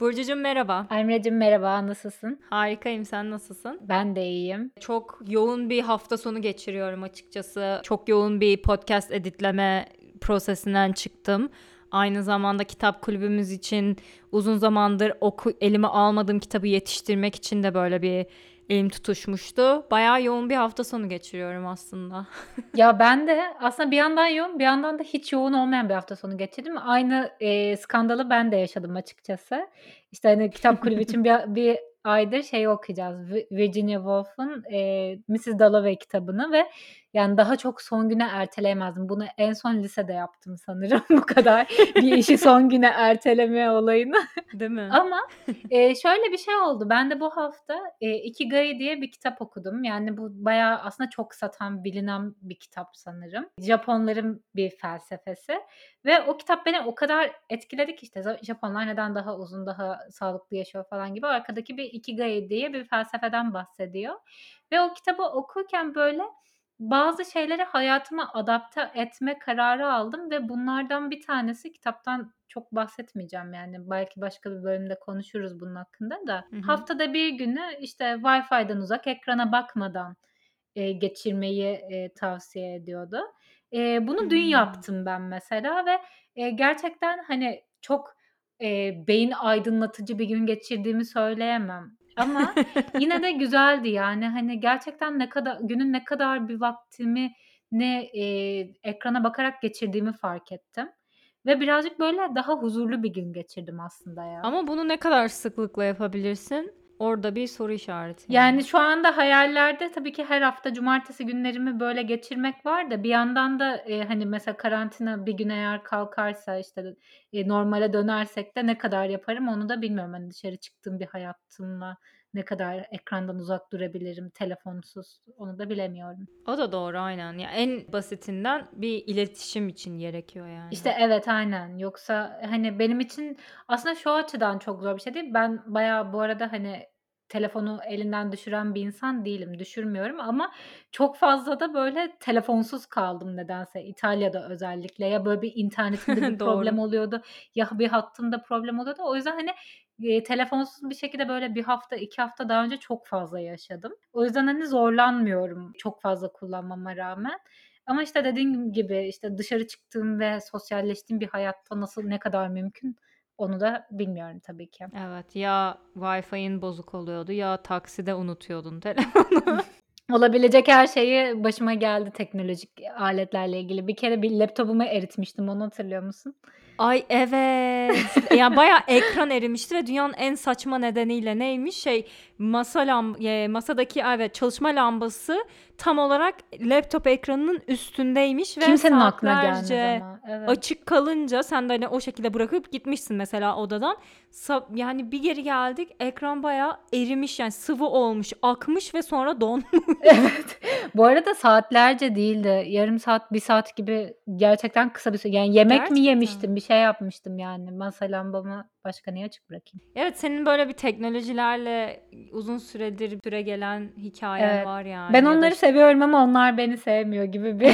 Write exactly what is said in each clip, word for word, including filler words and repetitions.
Burcucuğum merhaba. Emre'cim merhaba, nasılsın? Harikayım, sen nasılsın? Ben de iyiyim. Çok yoğun bir hafta sonu geçiriyorum açıkçası. Çok yoğun bir podcast editleme prosesinden çıktım. Aynı zamanda kitap kulübümüz için uzun zamandır oku, elime almadığım kitabı yetiştirmek için de böyle bir elim tutuşmuştu. Bayağı yoğun bir hafta sonu geçiriyorum aslında. Ya ben de aslında bir yandan yoğun, bir yandan da hiç yoğun olmayan bir hafta sonu geçirdim. Aynı e, skandalı ben de yaşadım açıkçası. İşte hani kitap kulübü için bir, bir aydır şey okuyacağız. Vi- Virginia Woolf'un e, missus Dalloway kitabını ve yani daha çok son güne erteleyemezdim. Bunu en son lisede yaptım sanırım bu kadar. Bir işi son güne erteleme olayını. Değil mi? Ama e, şöyle bir şey oldu. Ben de bu hafta e, Ikigai diye bir kitap okudum. Yani bu bayağı aslında çok satan, bilinen bir kitap sanırım. Japonların bir felsefesi. Ve o kitap beni o kadar etkiledi ki işte za- Japonlar neden daha uzun, daha sağlıklı yaşıyor falan gibi. Arkadaki bir Ikigai diye bir felsefeden bahsediyor. Ve o kitabı okurken böyle bazı şeyleri hayatıma adapte etme kararı aldım ve bunlardan bir tanesi kitaptan çok bahsetmeyeceğim yani belki başka bir bölümde konuşuruz bunun hakkında da. Hı hı. Haftada bir günü işte Wi-Fi'den uzak ekrana bakmadan e, geçirmeyi e, tavsiye ediyordu. E, bunu dün Hmm. yaptım ben mesela ve e, gerçekten hani çok e, beyin aydınlatıcı bir gün geçirdiğimi söyleyemem. Ama yine de güzeldi yani hani gerçekten ne kadar günün ne kadar bir vaktimi ne e, ekrana bakarak geçirdiğimi fark ettim. Ve birazcık böyle daha huzurlu bir gün geçirdim aslında ya. Ama bunu ne kadar sıklıkla yapabilirsin? Orada bir soru işareti Yani yani. şu anda hayallerde tabii ki her hafta cumartesi günlerimi böyle geçirmek var da bir yandan da e, hani mesela karantina bir gün eğer kalkarsa işte e, normale dönersek de ne kadar yaparım onu da bilmiyorum. Hani dışarı çıktığım bir hayatımla ne kadar ekrandan uzak durabilirim telefonsuz onu da bilemiyorum. O da doğru aynen. Ya en basitinden bir iletişim için gerekiyor yani. İşte evet aynen. Yoksa hani benim için aslında şu açıdan çok zor bir şey değil. Ben bayağı bu arada hani telefonu elinden düşüren bir insan değilim. Düşürmüyorum ama çok fazla da böyle telefonsuz kaldım nedense. İtalya'da özellikle ya böyle bir internetimde bir Doğru. problem oluyordu ya bir hattımda problem oluyordu. O yüzden hani e, telefonsuz bir şekilde böyle bir hafta iki hafta daha önce çok fazla yaşadım. O yüzden hani zorlanmıyorum çok fazla kullanmama rağmen. Ama işte dediğim gibi işte dışarı çıktığım ve sosyalleştiğim bir hayatta nasıl ne kadar mümkün onu da bilmiyorum tabii ki. Evet, ya Wi-Fi'in bozuk oluyordu ya takside unutuyordun telefonu. Olabilecek her şeyi başıma geldi teknolojik aletlerle ilgili. Bir kere bir laptopumu eritmiştim onu hatırlıyor musun? Ay evet. Yani bayağı ekran erimişti ve dünyanın en saçma nedeniyle neymiş? Şey masa lam e, masadaki evet çalışma lambası tam olarak laptop ekranının üstündeymiş ve Kimsenin aklına gelmez saatlerce ama evet. açık kalınca sen de hani o şekilde bırakıp gitmişsin mesela odadan. Sa- yani bir geri geldik ekran bayağı erimiş yani sıvı olmuş, akmış ve sonra donmuş. Evet. Bu arada saatlerce değildi. Yarım saat, bir saat gibi gerçekten kısa bir süre. Yani yemek mi Gerçekten. yemiştim, bir şey yapmıştım yani. Masa lambamı başka neye açık bırakayım? Evet, senin böyle bir teknolojilerle uzun süredir süregelen hikayen Evet. var Ben yani ya da onları işte seviyorum ama onlar beni sevmiyor gibi bir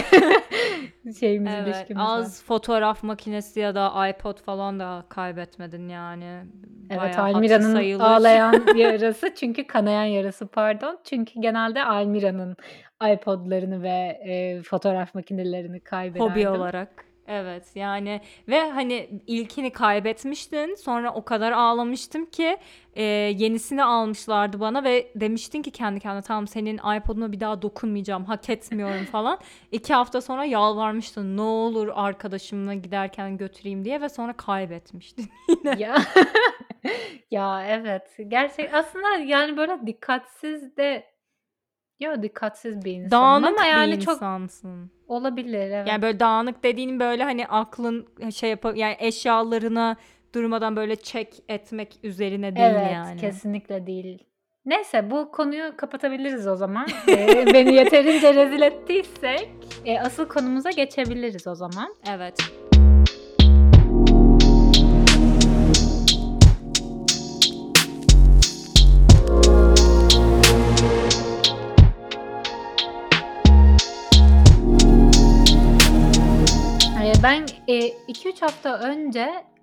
şeyimiz, evet ilişkimiz var. az fotoğraf makinesi ya da iPod falan da kaybetmedin yani Evet, bayağı hatırı Almira'nın sayılır. ağlayan yarası çünkü kanayan yarası pardon. Çünkü genelde Almira'nın iPod'larını ve e, fotoğraf makinelerini Hobi kaybederdim. olarak. Evet yani ve hani ilkini kaybetmiştin sonra o kadar ağlamıştım ki e, yenisini almışlardı bana ve demiştin ki kendi kendine tamam senin iPod'una bir daha dokunmayacağım hak etmiyorum falan. İki hafta sonra yalvarmıştın ne olur arkadaşımla giderken götüreyim diye ve sonra kaybetmiştin yine. Ya ya evet. Gerçek aslında yani böyle dikkatsiz de yo dikkatsiz bir insanım ama Dağınık bir yani çok insansın. olabilir Yani evet. böyle dağınık dediğin böyle hani aklın şey yap yani eşyalarına durmadan böyle check etmek üzerine değil Evet, yani. kesinlikle değil. Neyse bu konuyu kapatabiliriz o zaman. Eee, beni yeterince rezil ettiysek, eee, asıl konumuza geçebiliriz o zaman. Evet. Eee, ben, eee, iki üç hafta önce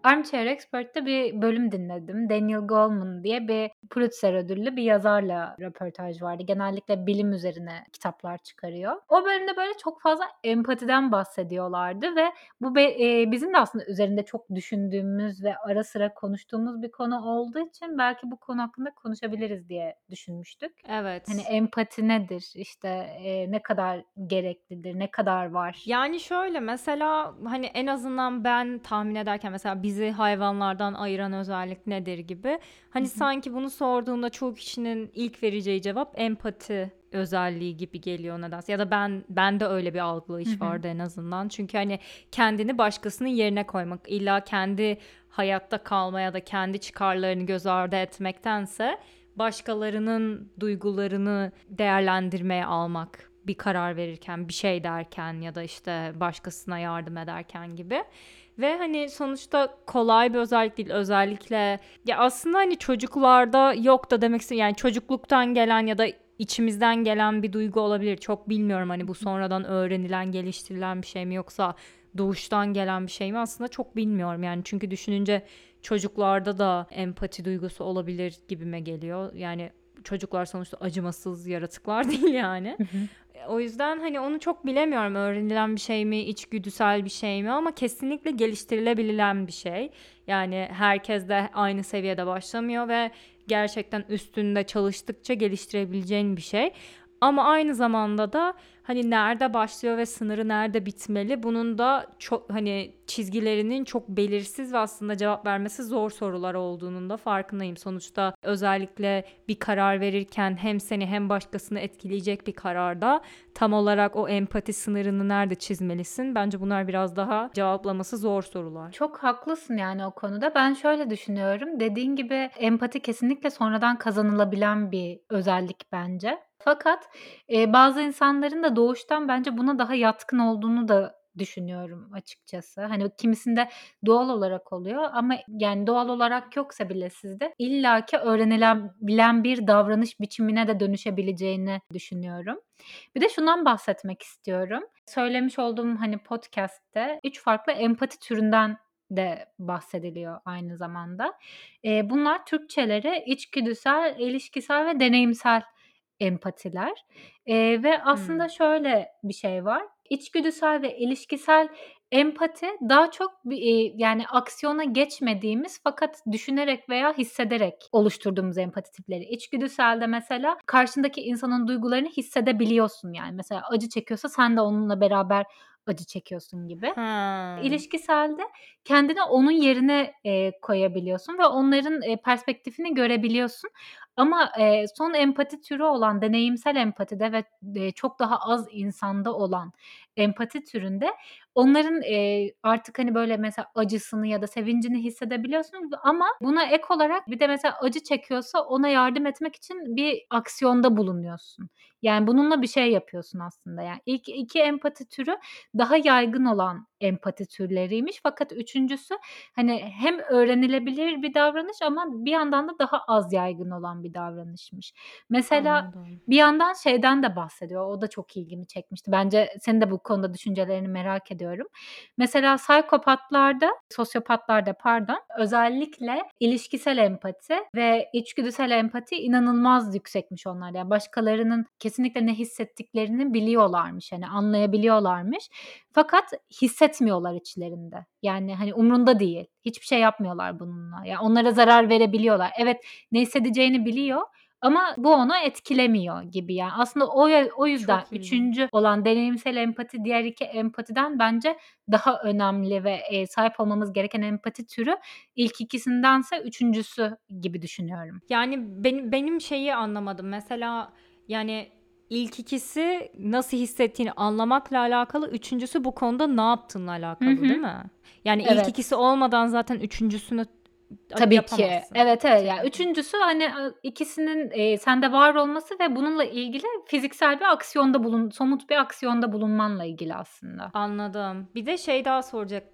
Armchair Expert'te bir bölüm dinledim. Daniel Goleman diye bir Pulitzer ödüllü bir yazarla röportaj vardı. Genellikle bilim üzerine kitaplar çıkarıyor. O bölümde böyle çok fazla empatiden bahsediyorlardı ve bu be eee, bizim de aslında üzerinde çok düşündüğümüz ve ara sıra konuştuğumuz bir konu olduğu için belki bu konu hakkında konuşabiliriz diye düşünmüştük. Hani Evet. empati nedir? İşte, eee, ne kadar gereklidir? Ne kadar var? Yani şöyle mesela hani en azından ben tahmin ederken mesela bizi hayvanlardan ayıran özellik nedir gibi. Hı Hani hı. sanki bunu sorduğumda çoğu kişinin ilk vereceği cevap empati özelliği gibi geliyor nedense. Ya da ben bende öyle bir Hı algılayış hı. vardı en azından. Çünkü hani kendini başkasının yerine koymak, illa kendi hayatta kalma ya da kendi çıkarlarını göz ardı etmektense başkalarının duygularını değerlendirmeye almak bir karar verirken, bir şey derken ya da işte başkasına yardım ederken gibi. Ve hani sonuçta kolay bir özellik değil. Özellikle ya aslında hani çocuklarda yok da demek istiyorum. Yani çocukluktan gelen ya da içimizden gelen bir duygu olabilir. Çok bilmiyorum hani bu sonradan öğrenilen, geliştirilen bir şey mi yoksa doğuştan gelen bir şey mi, aslında çok bilmiyorum. Yani çünkü düşününce çocuklarda da empati duygusu olabilir gibime geliyor. Yani çocuklar sonuçta acımasız yaratıklar değil yani. Hı hı. O yüzden hani onu çok bilemiyorum, öğrenilen bir şey mi, içgüdüsel bir şey mi, ama kesinlikle geliştirilebilen bir şey. Yani herkes de aynı seviyede başlamıyor ve gerçekten üstünde çalıştıkça geliştirebileceğin bir şey. Ama aynı zamanda da hani nerede başlıyor ve sınırı nerede bitmeli, bunun da çok hani çizgilerinin çok belirsiz ve aslında cevap vermesi zor sorular olduğunun da farkındayım. Sonuçta özellikle bir karar verirken hem seni hem başkasını etkileyecek bir kararda tam olarak o empati sınırını nerede çizmelisin? Bence bunlar biraz daha cevaplaması zor sorular. Çok haklısın yani o konuda. Ben şöyle düşünüyorum. Dediğin gibi empati kesinlikle sonradan kazanılabilen bir özellik bence. Fakat, eee, bazı insanların da doğuştan bence buna daha yatkın olduğunu da düşünüyorum açıkçası. Hani kimisinde doğal olarak oluyor ama yani doğal olarak yoksa bile sizde illaki öğrenilebilen bir davranış biçimine de dönüşebileceğini düşünüyorum. Bir de şundan bahsetmek istiyorum. Söylemiş olduğum, hani, podcast'te üç farklı empati türünden de bahsediliyor aynı zamanda. Eee, bunlar Türkçeleri içgüdüsel, ilişkisel ve deneyimsel empatiler. Eee, ve aslında Hımm. şöyle bir şey var. İçgüdüsel ve ilişkisel empati daha çok bir, eee, yani aksiyona geçmediğimiz fakat düşünerek veya hissederek oluşturduğumuz empati tipleri. İçgüdüselde mesela karşındaki insanın duygularını hissedebiliyorsun yani. Mesela acı çekiyorsa sen de onunla beraber acı çekiyorsun gibi. Ha. İlişkiselde kendini onun yerine, eee, koyabiliyorsun ve onların, eee, perspektifini görebiliyorsun. Ama, eee, son empati türü olan deneyimsel empatide ve, eee, çok daha az insanda olan empati türünde onların, eee, artık, hani, böyle, mesela acısını ya da sevincini hissedebiliyorsun v ama buna ek olarak bir de mesela acı çekiyorsa ona yardım etmek için bir aksiyonda bulunuyorsun. Yani bununla bir şey yapıyorsun aslında. Yani ilk iki empati türü daha yaygın olan empati türleriymiş fakat üçüncüsü hani hem öğrenilebilir bir davranış ama bir yandan da daha az yaygın olan bir davranışmış. Mesela Anladım. bir yandan şeyden de bahsediyor, o da çok ilgimi çekmişti. Bence senin de bu konuda düşüncelerini merak ediyorum. Mesela psikopatlarda, sosyopatlarda pardon, özellikle ilişkisel empati ve içgüdüsel empati inanılmaz yüksekmiş onlarda. Yani başkalarının kesinlikle ne hissettiklerini biliyorlarmış, hani anlayabiliyorlarmış. Fakat hissetmiyorlar içlerinde. Yani, hani, umrunda değil. Hiçbir şey yapmıyorlar bununla. Ya, onlara zarar verebiliyorlar. Evet, ne hissedeceğini biliyor ama bu onu etkilemiyor gibi yani. Aslında o ya o yüzden Çok ilginç. üçüncü olan deneyimsel empati diğer iki empatiden bence daha önemli ve, eee, sahip olmamız gereken empati türü ilk ikisindense üçüncüsü gibi düşünüyorum. Yani benim benim şeyi anlamadım. Mesela yani ilk ikisi nasıl hissettiğini anlamakla alakalı, üçüncüsü bu konuda ne yaptığınla Hı alakalı, değil hı. mi? Yani ilk ikisi Evet. olmadan zaten üçüncüsünü Tabii ki. yapamazsın. Evet, evet. Ya, Tabii ki. üçüncüsü hani, ııı, ikisinin, eee, sende var olması ve bununla ilgili fiziksel bir aksiyonda bulun somut bir aksiyonda bulunmanla ilgili aslında. Anladım. Bir de şey daha soracaktım.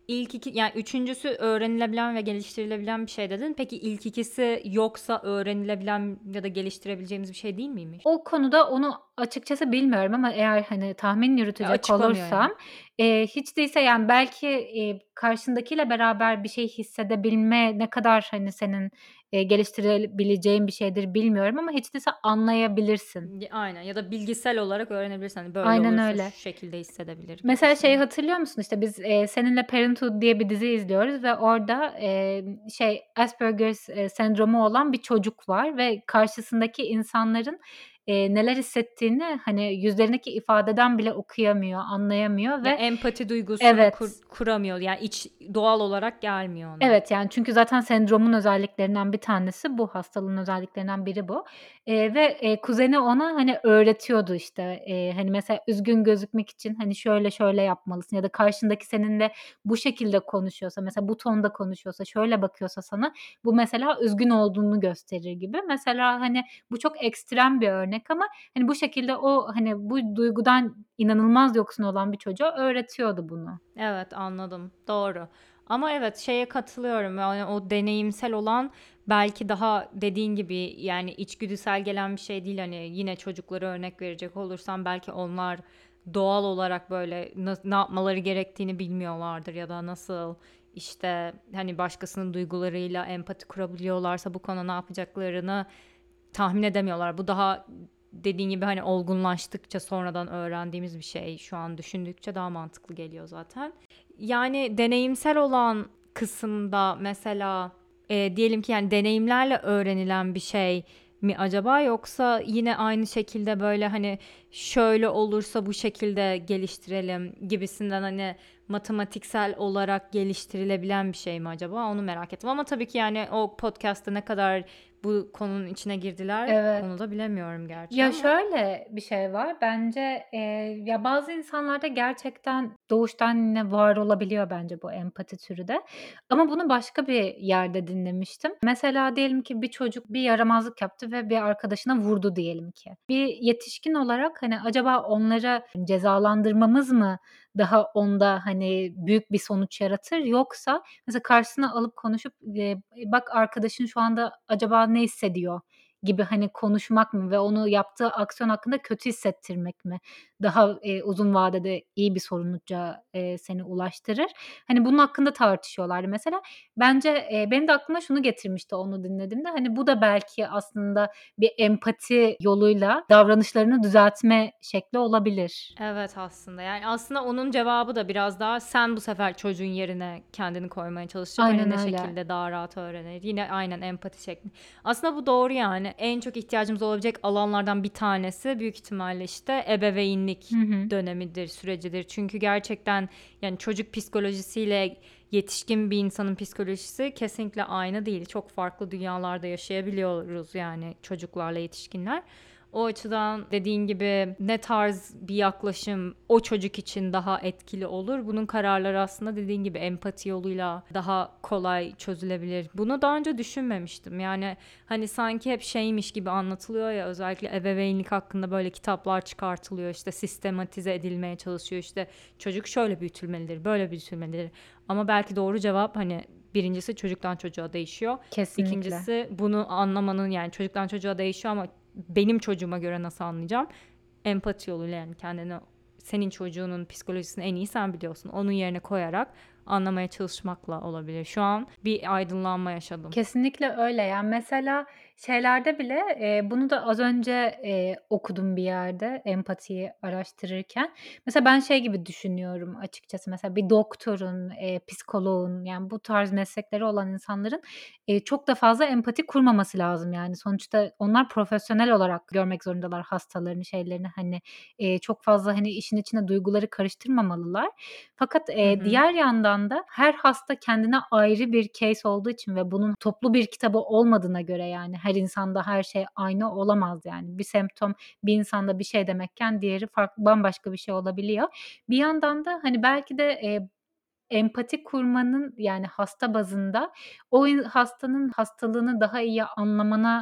İlk iki yani üçüncüsü öğrenilebilen ve geliştirilebilen bir şey dedin. Peki ilk ikisi yoksa öğrenilebilen ya da geliştirebileceğimiz bir şey değil miymiş? O konuda onu açıkçası bilmiyorum ama eğer, hani, tahmin E, yürütecek açıklamıyor yani. olursam, eee, hiç değilse, yani, belki, eee, karşındakiyle beraber bir şey hissedebilme ne kadar, hani, senin, eee, geliştirebileceğin bir şeydir bilmiyorum ama hiç değilse anlayabilirsin. Y aynen ya da bilgisel olarak öğrenebilirsin. Hani, böyle Aynen olursa öyle. şu şekilde hissedebilir Mesela şeyi gibisinden. hatırlıyor musun? İşte, biz, eee, seninle Parenthood diye bir dizi izliyoruz ve orada, emm, şey, Asperger's, eee, sendromu olan bir çocuk var ve karşısındaki insanların, eee, neler hissettiğini, hani, yüzlerindeki ifadeden bile okuyamıyor, anlayamıyor Ya, ve empati duygusunu evet. kur kuramıyor. Yani iç doğal olarak gelmiyor ona. Evet, yani, çünkü zaten sendromun özelliklerinden bir tanesi bu, hastalığın özelliklerinden biri bu. Eee, ve, eee, kuzeni ona, hani, öğretiyordu, işte. Eee, hani, mesela üzgün gözükmek için, hani, şöyle şöyle yapmalısın ya da karşındaki seninle bu şekilde konuşuyorsa, mesela bu tonda konuşuyorsa, şöyle bakıyorsa sana, bu mesela üzgün olduğunu gösterir gibi. Mesela, hani, bu çok ekstrem bir örnek ama, hani, bu şekilde o, hani, bu duygudan inanılmaz yoksun olan bir çocuğa öğretiyordu bunu. Evet, anladım. Doğru. Ama evet, şeye katılıyorum. Yani o deneyimsel olan belki daha dediğin gibi yani içgüdüsel gelen bir şey değil. Hani yine çocuklara örnek verecek olursam belki onlar doğal olarak böyle na- ne yapmaları gerektiğini bilmiyorlardır ya da nasıl işte hani başkasının duygularıyla empati kurabiliyorlarsa bu konu ne yapacaklarını tahmin edemiyorlar. Bu daha dediğin gibi hani olgunlaştıkça sonradan öğrendiğimiz bir şey. Şu an düşündükçe daha mantıklı geliyor zaten. Yani deneyimsel olan kısımda mesela e, diyelim ki yani deneyimlerle öğrenilen bir şey mi acaba yoksa yine aynı şekilde böyle hani şöyle olursa bu şekilde geliştirelim gibisinden hani matematiksel olarak geliştirilebilen bir şey mi acaba onu merak ettim ama tabii ki yani o podcast'ta ne kadar bu konunun içine girdiler Evet. onu da bilemiyorum gerçi Ya, ama. şöyle bir şey var, bence, eee, ya, bazı insanlarda gerçekten doğuştan yine var olabiliyor bence bu empati türü de ama bunu başka bir yerde dinlemiştim. Mesela diyelim ki bir çocuk bir yaramazlık yaptı ve bir arkadaşına vurdu diyelim ki. Bir yetişkin olarak, hani, acaba onları cezalandırmamız mı daha onda, hani, büyük bir sonuç yaratır yoksa mesela karşısına alıp konuşup, eee, "Bak arkadaşın şu anda acaba ne hissediyor?" gibi, hani, konuşmak mı ve onu yaptığı aksiyon hakkında kötü hissettirmek mi daha, eee, uzun vadede iyi bir sonuca, eee, seni ulaştırır? Hani, bunun hakkında tartışıyorlardı mesela. Bence, eee, benim de aklıma şunu getirmişti onu dinlediğimde, hani, bu da belki aslında bir empati yoluyla davranışlarını düzeltme şekli olabilir. Evet aslında yani aslında onun cevabı da biraz daha sen bu sefer çocuğun yerine kendini koymaya çalışacak hani Aynen ne öyle. şekilde daha rahat öğrenir yine aynen empati şekli. Aslında bu doğru yani en çok ihtiyacımız olabilecek alanlardan bir tanesi büyük ihtimalle işte ebeveynlik Hı hı. dönemidir sürecidir çünkü gerçekten yani çocuk psikolojisiyle yetişkin bir insanın psikolojisi kesinlikle aynı değil çok farklı dünyalarda yaşayabiliyoruz yani çocuklarla yetişkinler. O açıdan dediğin gibi ne tarz bir yaklaşım o çocuk için daha etkili olur? Bunun kararları aslında dediğin gibi empati yoluyla daha kolay çözülebilir. Bunu daha önce düşünmemiştim. Yani hani sanki hep şeymiş gibi anlatılıyor ya özellikle ebeveynlik hakkında böyle kitaplar çıkartılıyor işte sistematize edilmeye çalışıyor işte çocuk şöyle büyütülmelidir, böyle büyütülmelidir. Ama belki doğru cevap hani birincisi çocuktan çocuğa değişiyor. Kesinlikle. İkincisi bunu anlamanın yani çocuktan çocuğa değişiyor ama benim çocuğuma göre nasıl anlayacağım? Empati yoluyla yani kendini senin çocuğunun psikolojisini en iyi sen biliyorsun. Onun yerine koyarak anlamaya çalışmakla olabilir. Şu an bir aydınlanma yaşadım. Kesinlikle öyle. Yani, mesela şeylerde bile, eee, bunu da az önce, eee, okudum bir yerde empatiyi araştırırken. Mesela ben şey gibi düşünüyorum açıkçası, mesela bir doktorun, eee, psikoloğun, yani, bu tarz meslekleri olan insanların, eee, çok da fazla empati kurmaması lazım, yani. Sonuçta onlar profesyonel olarak görmek zorundalar hastalarını, şeylerini, hani, eee, çok fazla, hani, işin içine duyguları karıştırmamalılar. Fakat, Hı eee, hı. diğer yandan da her hasta kendine ayrı bir case olduğu için ve bunun toplu bir kitabı olmadığına göre, yani, her insanda her şey aynı olamaz, yani. Bir semptom bir insanda bir şey demekken diğeri farklı bambaşka bir şey olabiliyor. Bir yandan da, hani, belki de, eee, empati kurmanın, yani, hasta bazında o in hastanın hastalığını daha iyi anlamana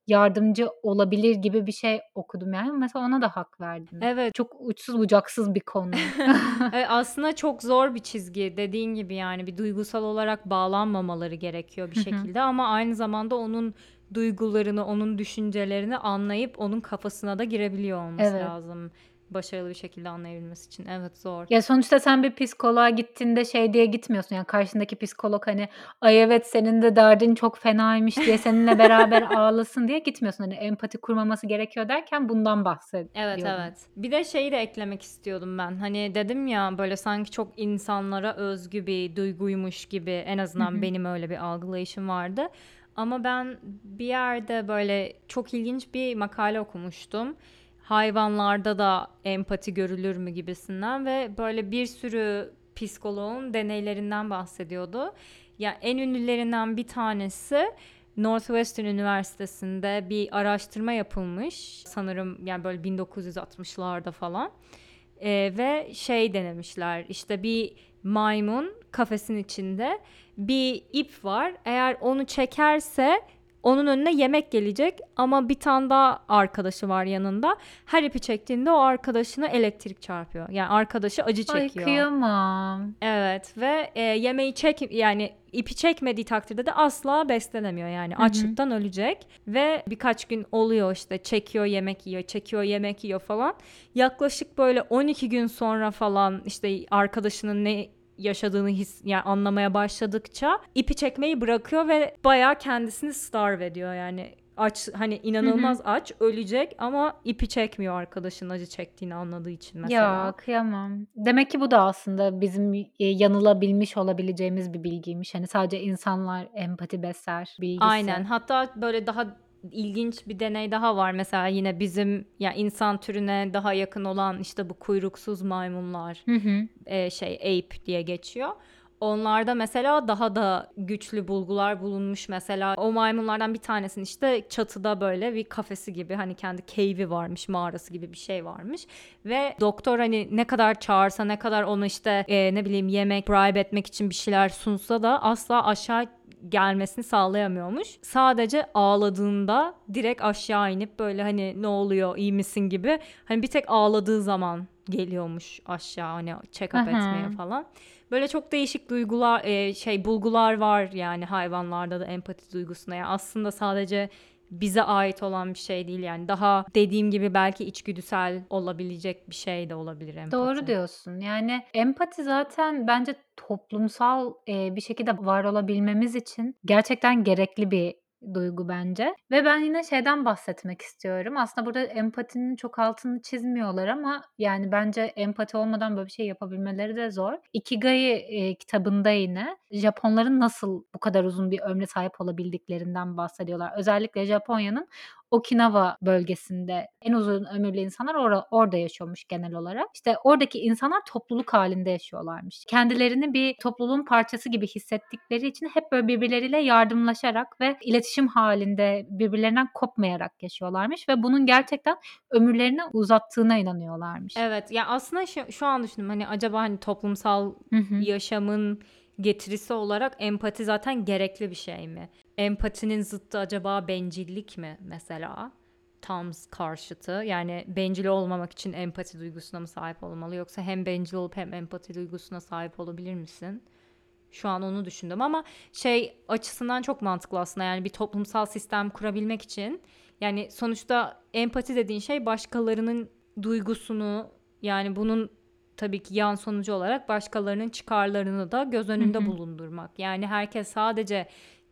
yardımcı olabilir gibi bir şey okudum yani. Mesela ona da hak verdim. Evet. Çok uçsuz bucaksız bir konu. Evet, aslında çok zor bir çizgi. Dediğin gibi yani bir duygusal olarak bağlanmamaları gerekiyor bir Hı hı. şekilde ama aynı zamanda onun duygularını, onun düşüncelerini anlayıp onun kafasına da girebiliyor olması Evet. lazım. Başarılı bir şekilde anlayabilmesi için. Evet, zor. Ya, sonuçta sen bir psikoloğa gittiğinde şey diye gitmiyorsun, yani, karşındaki psikolog, hani, "Ay, evet, senin de derdin çok fenaymış." diye seninle beraber ağlasın diye gitmiyorsun. Hani, empati kurmaması gerekiyor derken bundan Evet, bahsediyordum. evet. Bir de şeyi de eklemek istiyordum ben. Hani dedim ya böyle sanki çok insanlara özgü bir duyguymuş gibi, en Hı azından hı. benim öyle bir algılayışım vardı. Ama ben bir yerde böyle çok ilginç bir makale okumuştum. Hayvanlarda da empati görülür mü gibisinden ve böyle bir sürü psikoloğun deneylerinden bahsediyordu. Ya en ünlülerinden bir tanesi Northwestern Üniversitesi'nde bir araştırma yapılmış. Sanırım yani böyle bin dokuz yüz altmışlarda falan. Ee, ve şey denemişler. İşte bir maymun kafesin içinde bir ip var. Eğer onu çekerse onun önüne yemek gelecek ama bir tane daha arkadaşı var yanında. Her ipi çektiğinde o arkadaşına elektrik çarpıyor. Yani arkadaşı acı Ay, çekiyor. kıyamam. Evet ve e, yemeği çek yani ipi çekmediği takdirde de asla beslenemiyor yani Hı hı. açlıktan ölecek ve birkaç gün oluyor işte çekiyor yemek yiyor çekiyor yemek yiyor falan yaklaşık böyle on iki gün sonra falan işte arkadaşının ne yaşadığını his yani anlamaya başladıkça ipi çekmeyi bırakıyor ve bayağı kendisini starve ediyor yani aç hani Hı hı. inanılmaz aç ölecek ama ipi çekmiyor arkadaşının acı çektiğini anladığı için Ya, mesela. kıyamam. Demek ki bu da aslında bizim, eee, yanılabilmiş olabileceğimiz bir bilgiymiş. Hani, sadece insanlar empati besler bilgisi. Aynen. Hatta böyle daha ilginç bir deney daha var. Mesela yine bizim ya insan türüne daha yakın olan işte bu kuyruksuz maymunlar Hı hı. e, şey ape diye geçiyor. Onlarda mesela daha da güçlü bulgular bulunmuş. Mesela o maymunlardan bir tanesinin işte çatıda böyle bir kafesi gibi hani kendi cave'i varmış, mağarası gibi bir şey varmış. Ve doktor hani ne kadar çağırsa, ne kadar onu işte e, ne bileyim yemek, bribe etmek için bir şeyler sunsa da asla aşağı gelmesini sağlayamıyormuş. Sadece ağladığında direkt aşağı inip böyle hani ne oluyor, iyi misin gibi hani bir tek ağladığı zaman geliyormuş aşağı hani Hı check-up etmeye hı. falan. Böyle çok değişik duygular e, şey bulgular var yani hayvanlarda da empati duygusuna. Yani aslında sadece bize ait olan bir şey değil yani daha dediğim gibi belki içgüdüsel olabilecek bir şey de olabilir Doğru empati. diyorsun. Yani, empati zaten bence toplumsal, eee, bir şekilde var olabilmemiz için gerçekten gerekli bir duygu bence ve ben yine şeyden bahsetmek istiyorum. Aslında burada empatinin çok altını çizmiyorlar ama, yani, bence empati olmadan böyle bir şey yapabilmeleri de zor. Ikigai, eee, kitabında yine Japonların nasıl bu kadar uzun bir ömre sahip olabildiklerinden bahsediyorlar. Özellikle Japonya'nın Okinawa bölgesinde en uzun ömürlü insanlar ora orada yaşıyormuş genel olarak. İşte oradaki insanlar topluluk halinde yaşıyorlarmış. Kendilerini bir topluluğun parçası gibi hissettikleri için hep böyle birbirleriyle yardımlaşarak ve iletişim halinde birbirlerinden kopmayarak yaşıyorlarmış ve bunun gerçekten ömürlerini uzattığına inanıyorlarmış. Evet ya aslında şu, şu an düşündüm hani acaba hani toplumsal Hı hı. yaşamın getirisi olarak empati zaten gerekli bir şey mi? Empatinin zıttı acaba bencillik mi mesela? Tam karşıtı. Yani bencil olmamak için empati duygusuna mı sahip olmalı yoksa hem bencil olup hem empati duygusuna sahip olabilir misin? Şu an onu düşündüm ama şey açısından çok mantıklı aslında yani bir toplumsal sistem kurabilmek için yani sonuçta empati dediğin şey başkalarının duygusunu yani bunun tabii ki yan sonucu olarak başkalarının çıkarlarını da göz Hı önünde hı. bulundurmak. Yani herkes sadece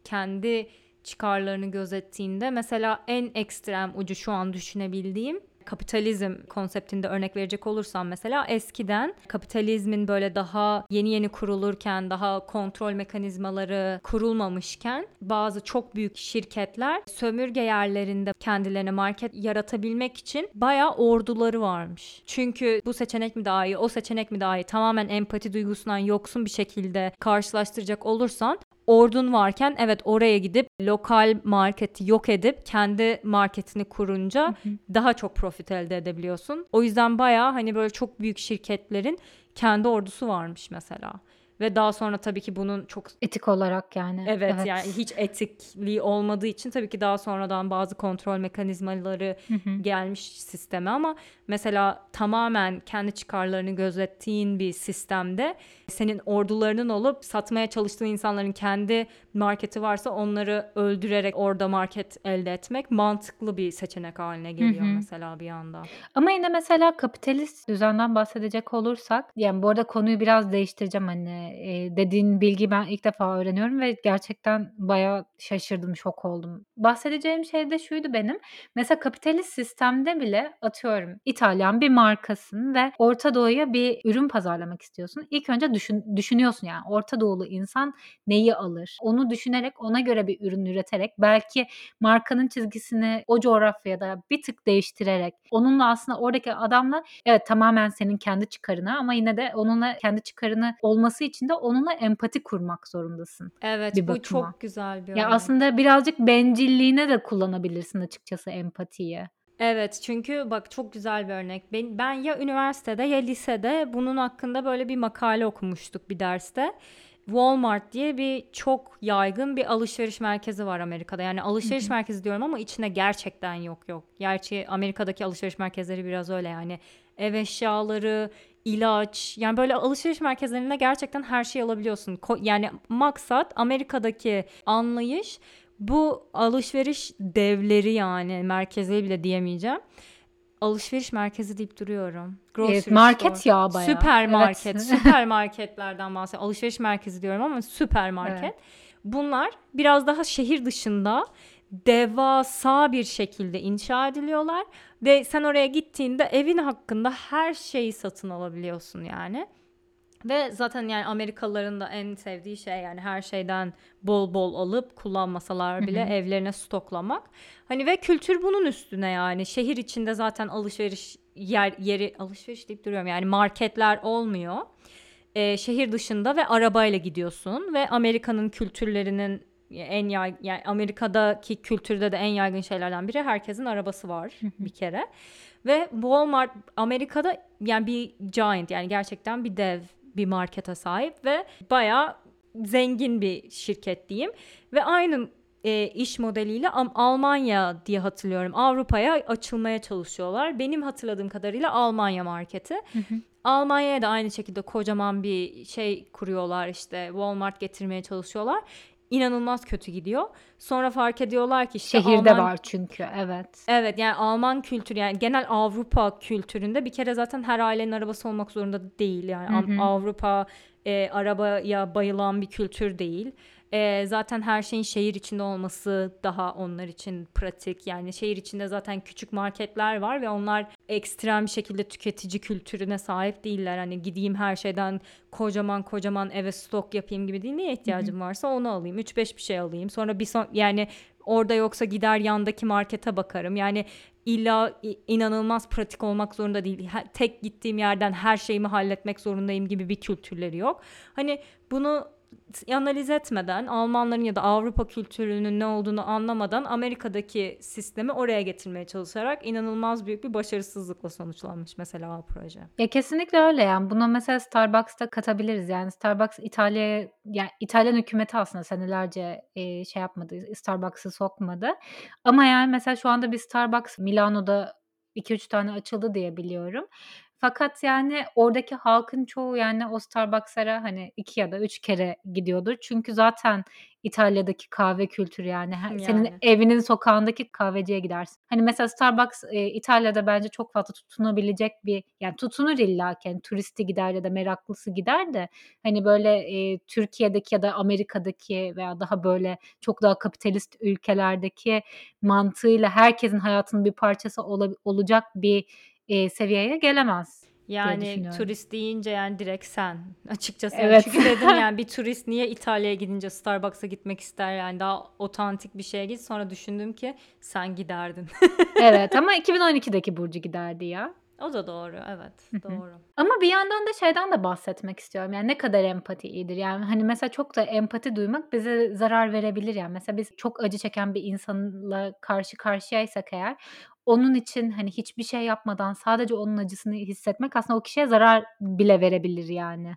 kendi çıkarlarını gözettiğinde mesela en ekstrem ucu şu an düşünebildiğim kapitalizm konseptinde örnek verecek olursam mesela eskiden kapitalizmin böyle daha yeni yeni kurulurken daha kontrol mekanizmaları kurulmamışken bazı çok büyük şirketler sömürge yerlerinde kendilerine market yaratabilmek için bayağı orduları varmış. Çünkü bu seçenek mi daha iyi, o seçenek mi daha iyi tamamen empati duygusundan yoksun bir şekilde karşılaştıracak olursan ordun varken evet oraya gidip lokal marketi yok edip kendi marketini kurunca Hı hı. daha çok profit elde edebiliyorsun. O yüzden bayağı hani böyle çok büyük şirketlerin kendi ordusu varmış mesela. ve daha sonra tabii ki bunun çok Etik olarak yani. Evet, yani Evet. hiç etikliği olmadığı için tabii ki daha sonradan bazı kontrol mekanizmaları Hı hı. gelmiş sisteme ama mesela tamamen kendi çıkarlarını gözettiğin bir sistemde senin ordularının olup satmaya çalıştığın insanların kendi marketi varsa onları öldürerek orada market elde etmek mantıklı bir seçenek haline Hı geliyor hı. mesela bir yandan. Ama yine mesela kapitalist düzenden bahsedecek olursak, yani bu arada konuyu biraz değiştireceğim, hani, eee, dediğin bilgiyi ben ilk defa öğreniyorum ve gerçekten bayağı şaşırdım, şok oldum. Bahsedeceğim şey de şuydu benim, mesela kapitalist sistemde bile atıyorum İtalyan bir markasın ve Orta Doğu'ya bir ürün pazarlamak istiyorsun. İlk önce düşün düşünüyorsun yani Orta Doğulu insan neyi alır? Onu düşünerek, ona göre bir ürün üreterek, belki markanın çizgisini o coğrafyada bir tık değiştirerek, onunla aslında oradaki adamla evet tamamen senin kendi çıkarına ama yine de onunla kendi çıkarını olması için de onunla empati kurmak zorundasın Evet, bir bu bakıma. çok güzel bir Ya, örnek. aslında birazcık bencilliğine de kullanabilirsin açıkçası empatiyi. Evet, çünkü bak çok güzel bir örnek. Ben, ben ya üniversitede ya lisede bunun hakkında böyle bir makale okumuştuk bir derste. Walmart diye bir çok yaygın bir alışveriş merkezi var Amerika'da. Yani Hı alışveriş hı. merkezi diyorum ama içinde gerçekten yok yok. Gerçi Amerika'daki alışveriş merkezleri biraz öyle yani. Ev eşyaları, ilaç, yani böyle alışveriş merkezlerinde gerçekten her şeyi alabiliyorsun. Ko- yani maksat Amerika'daki anlayış bu alışveriş devleri, yani merkezi bile diyemeyeceğim. Alışveriş merkezi deyip duruyorum. Evet, Grocery store. market ya bayağı. Evet. Süpermarket. Süpermarketlerden bahsediyorum. Alışveriş merkezi diyorum ama Evet. süpermarket. Bunlar biraz daha şehir dışında devasa bir şekilde inşa ediliyorlar. Ve sen oraya gittiğinde evin hakkında her şeyi satın alabiliyorsun yani. Ve zaten yani Amerikalıların da en sevdiği şey yani her şeyden bol bol alıp Hı kullanmasalar bile hı. evlerine stoklamak. Hani ve kültür bunun üstüne yani şehir içinde zaten alışveriş yer yeri alışveriş deyip duruyorum yani marketler olmuyor. Ee, şehir dışında ve arabayla gidiyorsun ve Amerika'nın kültürlerinin en yay yani Amerika'daki kültürde de en yaygın şeylerden biri herkesin arabası var Hı hı. bir kere. Ve Walmart Amerika'da yani bir giant, yani gerçekten bir dev bir markete sahip ve bayağı zengin bir şirket diyeyim. Ve aynı e, iş modeliyle Am- Almanya diye hatırlıyorum, Avrupa'ya açılmaya çalışıyorlar. Benim hatırladığım kadarıyla Almanya marketi. Hı hı. Almanya'ya da aynı şekilde kocaman bir şey kuruyorlar, işte Walmart getirmeye çalışıyorlar. İnanılmaz kötü gidiyor. Sonra fark ediyorlar ki işte Şehirde Alman. var çünkü, evet. Evet, yani Alman kültürü, yani genel Avrupa kültüründe bir kere zaten her ailenin arabası olmak zorunda değil. Yani Hı Am- hı. Avrupa e, arabaya bayılan bir kültür değil. E, zaten her şeyin şehir içinde olması daha onlar için pratik. Yani şehir içinde zaten küçük marketler var ve onlar ekstrem bir şekilde tüketici kültürüne sahip değiller. Hani gideyim her şeyden kocaman kocaman eve stok yapayım gibi değil. Neye Hı hı. ihtiyacım varsa onu alayım. üç beş bir şey alayım. Sonra bir son yani orada yoksa gider yandaki markete bakarım. Yani illa inanılmaz pratik olmak zorunda değil. Tek gittiğim yerden her şeyimi halletmek zorundayım gibi bir kültürleri yok. Hani bunu analiz etmeden, Almanların ya da Avrupa kültürünün ne olduğunu anlamadan Amerika'daki sistemi oraya getirmeye çalışarak inanılmaz büyük bir başarısızlıkla sonuçlanmış mesela o proje. Ya, kesinlikle öyle, yani, buna mesela Starbucks'ta katabiliriz. Yani, Starbucks İtalya'ya ya, İtalyan hükümeti aslında senelerce, eee, şey yapmadı, Starbucks'ı sokmadı ama, yani, mesela şu anda bir Starbucks Milano'da iki üç tane açıldı diye biliyorum. Fakat, yani, oradaki halkın çoğu, yani, o Starbucks'lara, hani, iki ya da üç kere gidiyordur. Çünkü zaten İtalya'daki kahve kültürü, yani, he senin Yani. evinin sokağındaki kahveciye gidersin. Hani, mesela Starbucks, eee, İtalya'da bence çok fazla tutunabilecek bir, yani, tutunur illaki, hani, turisti gider ya da meraklısı gider de, hani, böyle, eee, Türkiye'deki ya da Amerika'daki veya daha, böyle, çok daha kapitalist ülkelerdeki mantığıyla herkesin hayatının bir parçası ola olacak bir, eee, seviyeye gelemez diye Yani düşünüyorum. turist deyince yani direkt sen açıkçası, yani Evet. çünkü dedim yani bir turist niye İtalya'ya gidince Starbucks'a gitmek ister, yani daha otantik bir şeye git, sonra düşündüm ki sen giderdin. Evet ama iki bin on ikideki Burcu giderdi ya. O da doğru, evet, Hı hı. doğru. Ama bir yandan da şeyden de bahsetmek istiyorum, yani, ne kadar empati iyidir? Yani, hani, mesela çok da empati duymak bize zarar verebilir, yani. Mesela biz çok acı çeken bir insanla karşı karşıyaysak eğer, onun için, hani, hiçbir şey yapmadan sadece onun acısını hissetmek aslında o kişiye zarar bile verebilir, yani.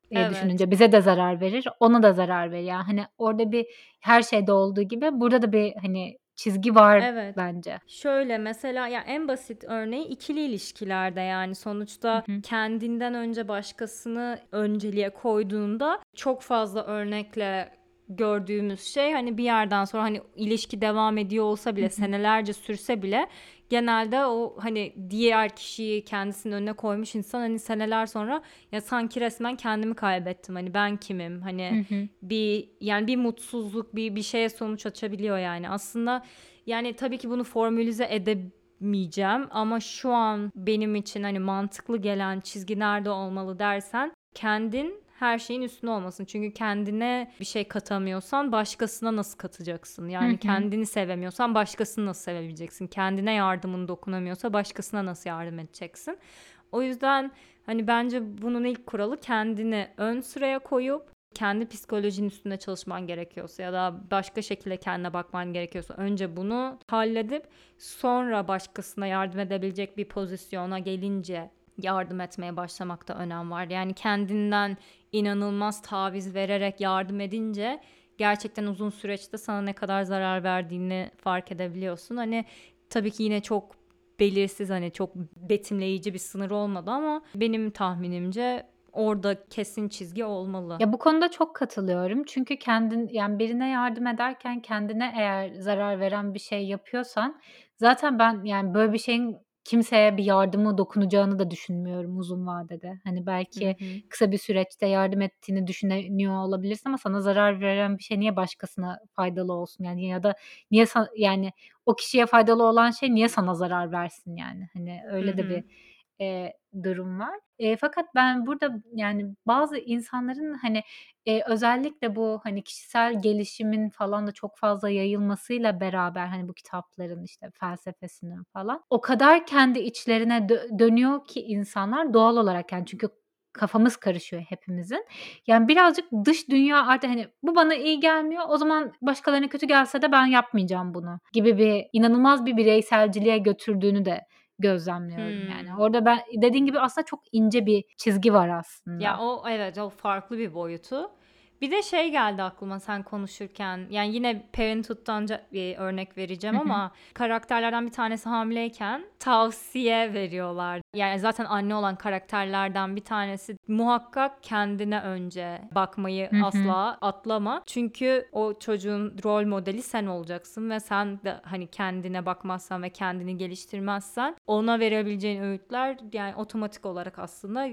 eee, Evet. düşününce bize de zarar verir, ona da zarar verir. Yani, hani, orada bir her şeyde olduğu gibi burada da bir, hani, çizgi var Evet. bence. Şöyle mesela ya en basit örneği ikili ilişkilerde yani Hı sonuçta hı. kendinden önce başkasını önceliğe koyduğunda çok fazla örnekle gördüğümüz şey hani bir yerden sonra hani ilişki devam ediyor olsa Hı bile hı. senelerce sürse bile genelde o hani diğer kişiyi kendisinin önüne koymuş insan hani seneler sonra ya sanki resmen kendimi kaybettim hani ben kimim Hı hani hı. bir yani bir mutsuzluk bir bir şeye sonuç açabiliyor yani aslında yani tabii ki bunu formülize edemeyeceğim ama şu an benim için hani mantıklı gelen çizgi nerede olmalı dersen kendin her şeyin üstüne olmasın. Çünkü kendine bir şey katamıyorsan başkasına nasıl katacaksın? Hı Yani hı. kendini sevemiyorsan başkasını nasıl sevebileceksin? Kendine yardımın dokunamıyorsa başkasına nasıl yardım edeceksin? O yüzden hani bence bunun ilk kuralı kendini ön sıraya koyup kendi psikolojinin üstünde çalışman gerekiyorsa ya da başka şekilde kendine bakman gerekiyorsa önce bunu halledip sonra başkasına yardım edebilecek bir pozisyona gelince yardım etmeye başlamakta önem var. Yani kendinden inanılmaz taviz vererek yardım edince gerçekten uzun süreçte sana ne kadar zarar verdiğini fark edebiliyorsun. Hani tabii ki yine çok belirsiz hani çok betimleyici bir sınır olmadı ama benim tahminimce orada kesin çizgi olmalı. Ya, bu konuda çok katılıyorum. Çünkü kendin yani, birine yardım ederken kendine eğer zarar veren bir şey yapıyorsan zaten ben, yani, böyle bir şeyin kimseye bir yardımı dokunacağını da düşünmüyorum uzun vadede. Hani, Hı belki hı. kısa bir süreçte yardım ettiğini düşünüyor olabilirsin ama sana zarar veren bir şey niye başkasına faydalı olsun? Yani, ya da niye sa yani, o kişiye faydalı olan şey niye sana zarar versin yani? Hani, Hı öyle de hı. bir, eee, durum var. Eee, fakat ben burada, yani, bazı insanların, hani, Eee, özellikle bu, hani, kişisel gelişimin falan da çok fazla yayılmasıyla beraber, hani, bu kitapların, işte, felsefesinin falan, o kadar kendi içlerine dö dönüyor ki insanlar doğal olarak, yani, çünkü kafamız karışıyor hepimizin. Yani, birazcık dış dünya artık, hani, bu bana iyi gelmiyor, o zaman başkalarına kötü gelse de ben yapmayacağım bunu gibi bir inanılmaz bir bireyselciliğe götürdüğünü de gözlemliyorum, yani. Hımm. Orada ben dediğin gibi aslında çok ince bir çizgi var Ya, aslında. o evet, o farklı bir boyutu. Bir de şey geldi aklıma sen konuşurken, yani, yine Parenthood'dan ca bir örnek Hı vereceğim hı. ama karakterlerden bir tanesi hamileyken tavsiye veriyorlar. Yani, zaten anne olan karakterlerden bir tanesi muhakkak kendine önce bakmayı Hı hı. asla atlama. Çünkü o çocuğun rol modeli sen olacaksın ve sen de, hani, kendine bakmazsan ve kendini geliştirmezsen ona verebileceğin öğütler, yani, otomatik olarak aslında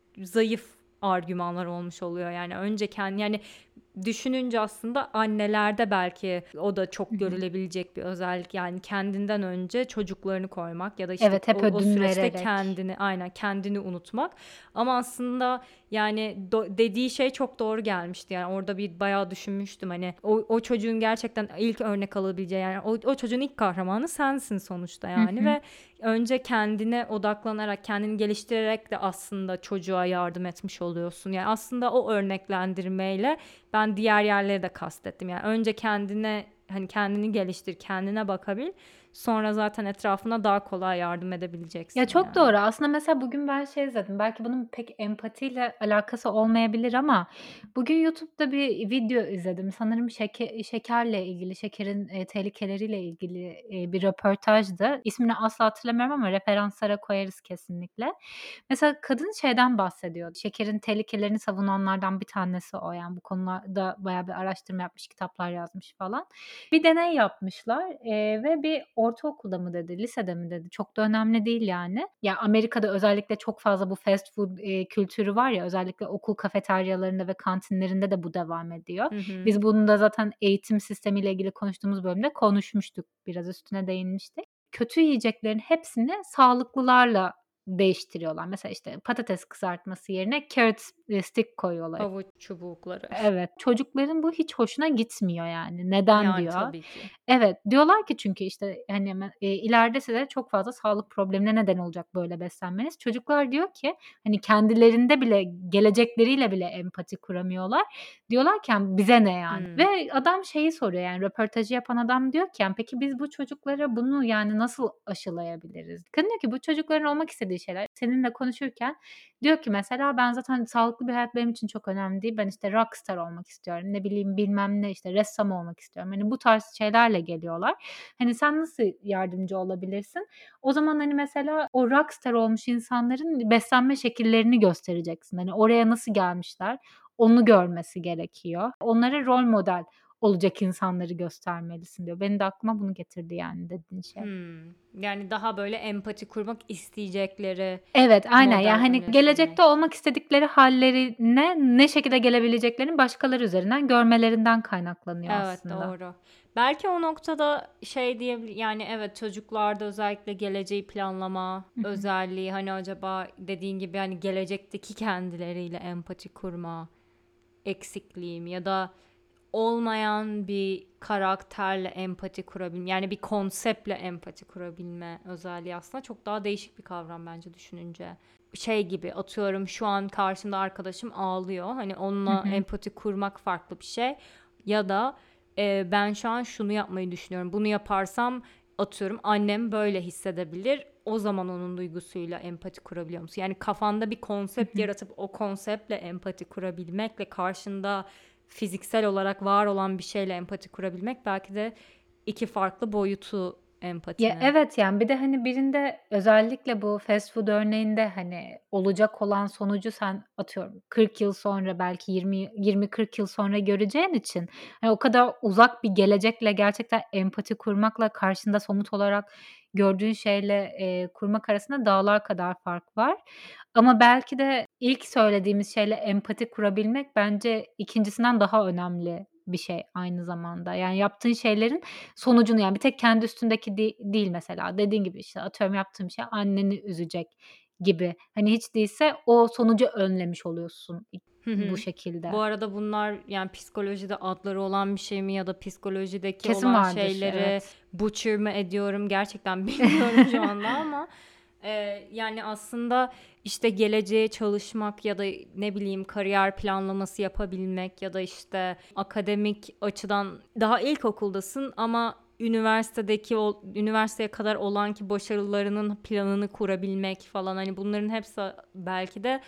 zayıf argümanlar olmuş oluyor. Yani önce kendi yani düşününce aslında annelerde belki o da Hı çok hı. görülebilecek bir özellik. Yani kendinden önce çocuklarını koymak ya da işte Evet, hep o, o ödün süreçte vererek. kendini aynen kendini unutmak. Ama aslında yani do- dediği şey çok doğru gelmişti. Yani orada bir bayağı düşünmüştüm. Hani o, o çocuğun gerçekten ilk örnek alabileceği yani o, o çocuğun ilk kahramanı sensin sonuçta Hı yani hı. ve önce kendine odaklanarak, kendini geliştirerek de aslında çocuğa yardım etmiş oluyorsun. Yani aslında o örneklendirmeyle ben diğer yerleri de kastettim. Yani önce kendine hani kendini geliştir, kendine bakabil. Sonra zaten etrafına daha kolay yardım Ya, edebileceksin çok yani. doğru. Aslında mesela bugün ben şey izledim, belki bunun pek empatiyle alakası olmayabilir ama bugün YouTube'da bir video izledim. Sanırım şeke şekerle ilgili, şekerin, eee, tehlikeleriyle ilgili, eee, bir röportajdı. İsmini asla hatırlamıyorum ama referanslara koyarız kesinlikle. Mesela kadın şeyden bahsediyor, şekerin tehlikelerini savunanlardan bir tanesi o. Yani bu konularda bayağı bir araştırma yapmış, kitaplar yazmış falan. Bir deney yapmışlar, eee, ve bir ortaokulda mı dedi, lisede mi dedi, çok da önemli değil yani. Ya, Amerika'da özellikle çok fazla bu fast food, eee, kültürü var ya, özellikle okul kafeteryalarında ve kantinlerinde de bu devam ediyor. Hı hı. Biz bunu da zaten eğitim sistemiyle ilgili konuştuğumuz bölümde konuşmuştuk, biraz üstüne değinmiştik. Kötü yiyeceklerin hepsini sağlıklılarla değiştiriyorlar. Mesela, işte, patates kızartması yerine carrot, eee, stick koyuyorlar. Havuç çubukları. Evet, çocukların bu hiç hoşuna gitmiyor yani. "Neden?" Yani diyor. tabii ki. Evet, diyorlar ki çünkü, işte, hani, me eee, ileride size çok fazla sağlık problemine neden olacak böyle beslenmeniz. Çocuklar diyor ki, hani, kendilerinde bile, gelecekleriyle bile empati kuramıyorlar. Diyorlar ki, hani, "Bize ne yani?" Hımm. Ve adam şeyi soruyor, yani, röportajı yapan adam diyor ki, yani, "Peki biz bu çocuklara bunu, yani, nasıl aşılayabiliriz?" Kadın diyor ki, "Bu çocukların olmak istediği şeyler." Seninle konuşurken diyor ki mesela, "Ben zaten sağlıklı sağlıklı bir hayat benim için çok önemli değil. Ben, işte, rockstar olmak istiyorum, ne bileyim, bilmem ne, işte, ressam olmak istiyorum. Hani, bu tarz şeylerle geliyorlar. Hani, sen nasıl yardımcı olabilirsin? O zaman, hani, mesela o rockstar olmuş insanların beslenme şekillerini göstereceksin. Hani, oraya nasıl gelmişler, onu görmesi gerekiyor. Onlara rol model olacak insanları göstermelisin diyor. Benim de aklıma bunu getirdi yani dediğin şey. Hımm. Yani daha böyle empati kurmak isteyecekleri Evet, aynen. Yani, model hani, öne gelecekte sürmek. olmak istedikleri hallerine ne şekilde gelebileceklerini başkaları üzerinden görmelerinden kaynaklanıyor Evet, aslında. doğru. Belki o noktada şey diyebilir yani evet çocuklarda özellikle geleceği planlama Hı hı. özelliği hani acaba dediğin gibi hani gelecekteki kendileriyle empati kurma eksikliğim ya da olmayan bir karakterle empati kurabilme yani bir konseptle empati kurabilme özelliği aslında çok daha değişik bir kavram bence düşününce. Şey gibi atıyorum şu an karşımda arkadaşım ağlıyor. Hani Hı onunla hı. empati kurmak farklı bir şey. Ya da e, ben şu an şunu yapmayı düşünüyorum. Bunu yaparsam atıyorum annem böyle hissedebilir. O zaman onun duygusuyla empati kurabiliyor musun? Yani kafanda bir Hı konsept hı. yaratıp o konseptle empati kurabilmekle karşında fiziksel olarak var olan bir şeyle empati kurabilmek belki de iki farklı boyutu Ya, empatinin. evet, yani, bir de, hani, birinde özellikle bu fast food örneğinde, hani, olacak olan sonucu sen atıyorum kırk yıl sonra belki yirmi yirmi kırk yıl sonra göreceğin için, hani, o kadar uzak bir gelecekle gerçekten empati kurmakla karşında somut olarak gördüğün şeyle, eee, kurmak arasında dağlar kadar fark var. Ama belki de ilk söylediğimiz şeyle empati kurabilmek bence ikincisinden daha önemli bir şey aynı zamanda. Yani, yaptığın şeylerin sonucunu, yani, bir tek kendi üstündeki de değil mesela. Dediğin gibi, işte, atıyorum yaptığım şey anneni üzecek gibi. Hani, hiç değilse o sonucu önlemiş oluyorsun i Hı bu hı. şekilde. Bu arada bunlar yani psikolojide adları olan bir şey mi ya da psikolojideki Kesin olan vardır, şeyleri evet. butcher mı ediyorum gerçekten bilmiyorum şu anda ama e, yani aslında işte geleceğe çalışmak ya da ne bileyim kariyer planlaması yapabilmek ya da işte akademik açıdan daha ilkokuldasın ama üniversitedeki o üniversiteye kadar olan ki başarılarının planını kurabilmek falan hani bunların hepsi belki de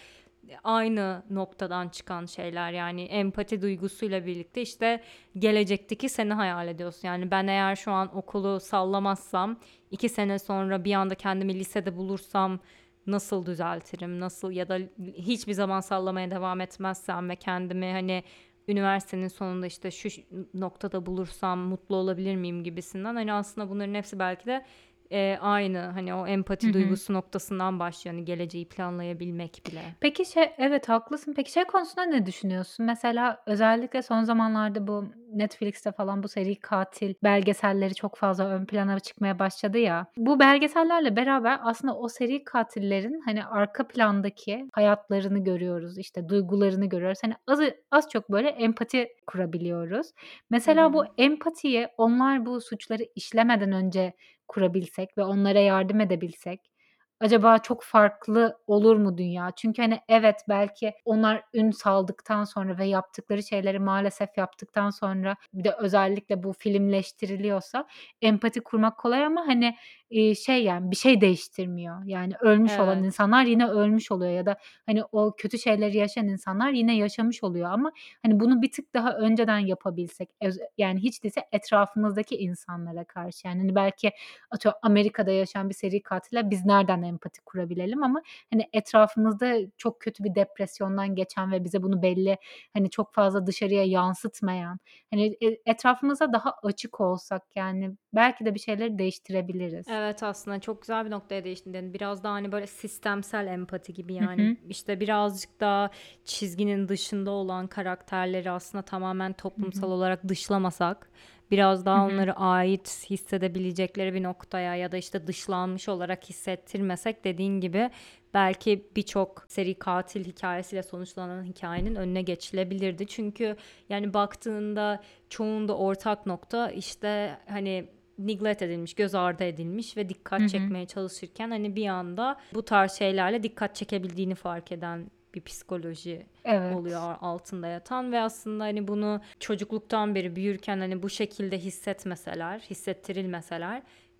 aynı noktadan çıkan şeyler yani empati duygusuyla birlikte işte gelecekteki seni hayal ediyorsun. Yani ben eğer şu an okulu sallamazsam iki sene sonra bir anda kendimi lisede bulursam nasıl düzeltirim nasıl ya da hiçbir zaman sallamaya devam etmezsem ve kendimi hani üniversitenin sonunda işte şu noktada bulursam mutlu olabilir miyim gibisinden hani aslında bunların hepsi belki de e, aynı hani o Hı empati hı. duygusu noktasından başlıyor hani geleceği planlayabilmek bile. Peki şey evet, haklısın. Peki şey konusunda ne düşünüyorsun? Mesela özellikle son zamanlarda bu Netflix'te falan bu seri katil belgeselleri çok fazla ön plana çıkmaya başladı ya. Bu belgesellerle beraber aslında o seri katillerin, hani, arka plandaki hayatlarını görüyoruz, işte, duygularını görüyoruz. Hani, azı az çok böyle empati kurabiliyoruz. Hı Mesela bu hı. empatiyi onlar bu suçları işlemeden önce kurabilsek ve onlara yardım edebilsek acaba çok farklı olur mu dünya? Çünkü, hani, evet, belki onlar ün saldıktan sonra ve yaptıkları şeyleri maalesef yaptıktan sonra bir de özellikle bu filmleştiriliyorsa empati kurmak kolay ama, hani, eee, şey, yani, bir şey değiştirmiyor. Yani, ölmüş olan Evet. insanlar yine ölmüş oluyor ya da, hani, o kötü şeyleri yaşayan insanlar yine yaşamış oluyor ama, hani, bunu bir tık daha önceden yapabilsek, öz yani, hiç değilse etrafımızdaki insanlara karşı, yani, hani, belki atıyorum Amerika'da yaşayan bir seri katile biz nereden empati kurabilelim ama, hani, etrafımızda çok kötü bir depresyondan geçen ve bize bunu belli, hani, çok fazla dışarıya yansıtmayan, hani, e etrafımıza daha açık olsak, yani, belki de bir şeyleri değiştirebiliriz. Evet, aslında çok güzel bir noktaya değiştin. Biraz daha, hani, böyle sistemsel empati gibi, Hı yani, hı. işte, birazcık daha çizginin dışında olan karakterleri aslında tamamen Hı toplumsal hı. olarak dışlamasak, biraz Hı daha hı. onları ait hissedebilecekleri bir noktaya ya da, işte, dışlanmış olarak hissettirmesek dediğin gibi belki birçok seri katil hikâyesiyle sonuçlanan hikâyenin önüne geçilebilirdi. Çünkü, yani, baktığında çoğunda ortak nokta, işte, hani, neglect edilmiş, göz ardı edilmiş ve Hı dikkat hı. çekmeye çalışırken hani bir anda bu tarz şeylerle dikkat çekebildiğini fark eden bir psikoloji Evet. oluyor altında yatan ve aslında hani bunu çocukluktan beri büyürken hani bu şekilde hissetmeseler, hissettirilmeseler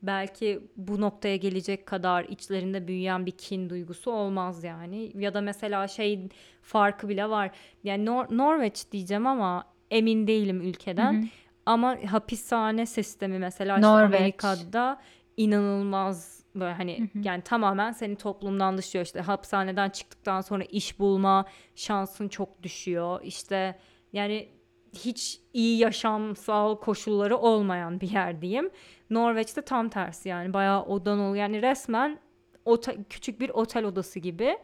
belki bu noktaya gelecek kadar içlerinde büyüyen bir kin duygusu olmaz yani. Ya da mesela şey farkı bile var. Yani Nor- Norveç diyeceğim ama emin değilim Hı ülkeden. hı. Ama hapishane sistemi mesela işte Norveç. Amerika'da inanılmaz böyle Hı hani hı. yani tamamen seni toplumdan dışlıyor. İşte hapishaneden çıktıktan sonra iş bulma şansın çok düşüyor. İşte yani hiç iyi yaşamsal koşulları olmayan bir yer diyeyim. Norveç'te tam tersi yani bayağı odan ol yani resmen otel, küçük bir otel odası gibi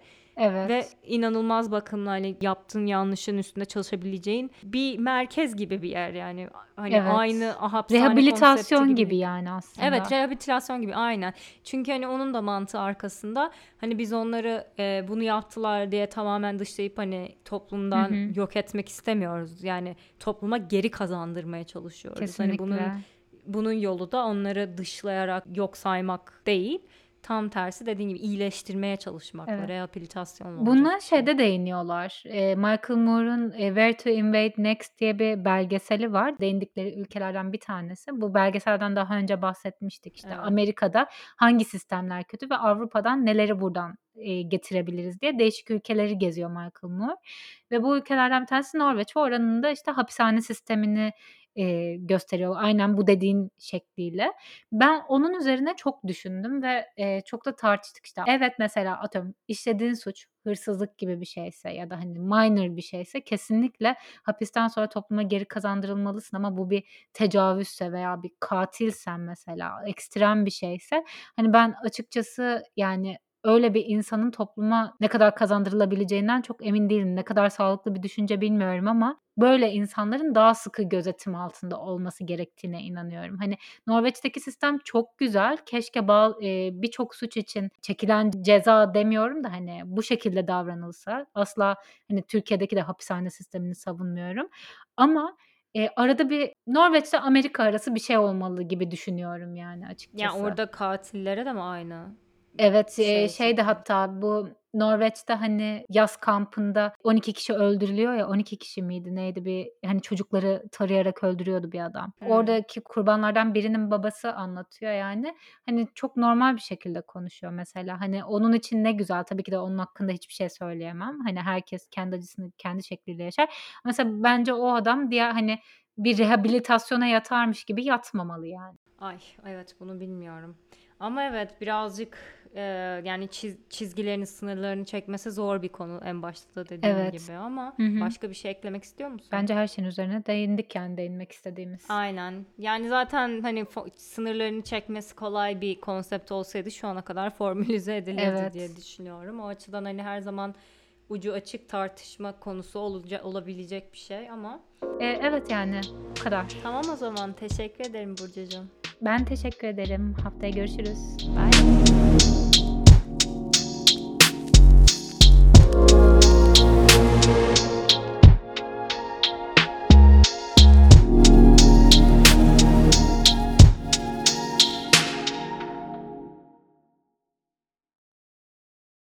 ve Evet. inanılmaz bakımlı hani yaptığın yanlışın üstünde çalışabileceğin bir merkez gibi bir yer yani hani aynı Evet. hapishane konsepti Rehabilitasyon gibi gibi değil. yani Evet, aslında. rehabilitasyon gibi aynen. Çünkü hani onun da mantığı arkasında hani biz onları e, bunu yaptılar diye tamamen dışlayıp hani Hı toplumdan hı. yok etmek istemiyoruz. Yani topluma geri kazandırmaya çalışıyoruz. Hani bunun Kesinlikle. bunun yolu da onları dışlayarak yok saymak değil. Tam tersi dediğin gibi iyileştirmeye çalışmakla, Evet. rehabilitasyonla olacak Buna bir şey. şeyde değiniyorlar. Eee, Michael Moore'un eee, Where to Invade Next diye bir belgeseli var. Değindikleri ülkelerden bir tanesi. Bu belgeselden daha önce bahsetmiştik. İşte Evet. Amerika'da hangi sistemler kötü ve Avrupa'dan neleri buradan eee, getirebiliriz diye değişik ülkeleri geziyor Michael Moore. Ve bu ülkelerden bir tanesi Norveç ve oranın da işte hapishane sistemini eee, gösteriyor. Aynen bu dediğin şekliyle. Ben onun üzerine çok düşündüm ve eee, çok da tartıştık işte. Evet, mesela atıyorum işlediğin suç hırsızlık gibi bir şeyse ya da hani minor bir şeyse kesinlikle hapisten sonra topluma geri kazandırılmalısın ama bu bir tecavüzse veya bir katilsen mesela ekstrem bir şeyse hani ben açıkçası yani öyle bir insanın topluma ne kadar kazandırılabileceğinden çok emin değilim. Ne kadar sağlıklı bir düşünce bilmiyorum ama böyle insanların daha sıkı gözetim altında olması gerektiğine inanıyorum. Hani Norveç'teki sistem çok güzel. Keşke ba eee, birçok suç için çekilen ceza demiyorum da, hani, bu şekilde davranılsa. Asla, hani, Türkiye'deki de hapishane sistemini savunmuyorum ama, eee, arada bir Norveç'le Amerika arası bir şey olmalı gibi düşünüyorum yani Yani açıkçası. orada katillere de mi aynı Evet, eee, şey şey de çıktı? hatta bu Norveç'te, hani, yaz kampında on iki kişi öldürülüyor ya, on iki kişi miydi neydi bir, hani, çocukları tarayarak öldürüyordu bir adam. Hmm. Oradaki kurbanlardan birinin babası anlatıyor yani. Hani, çok normal bir şekilde konuşuyor mesela. Hani, onun için ne güzel. Tabii ki de onun hakkında hiçbir şey söyleyemem. Hani, herkes kendi acısını kendi şekliyle yaşar. Mesela bence o adam diğer, hani, bir rehabilitasyona yatarmış gibi yatmamalı yani. Ay evet bunu bilmiyorum. Ama evet birazcık e, yani çiz- çizgilerini sınırlarını çekmesi zor bir konu en başta da dediğim Evet. gibi ama Hı hı. başka bir şey eklemek istiyor musun? Bence her şeyin üzerine değindik yani değinmek istediğimiz. Aynen. Yani zaten hani fo- sınırlarını çekmesi kolay bir konsept olsaydı şu ana kadar formülize edilirdi diye Evet. düşünüyorum. O açıdan hani her zaman ucu açık tartışma konusu olacak olabilecek bir şey ama Eee, evet, yani bu kadar. tamam o zaman teşekkür ederim Burcucuğum. Ben teşekkür ederim. Haftaya görüşürüz. Bye.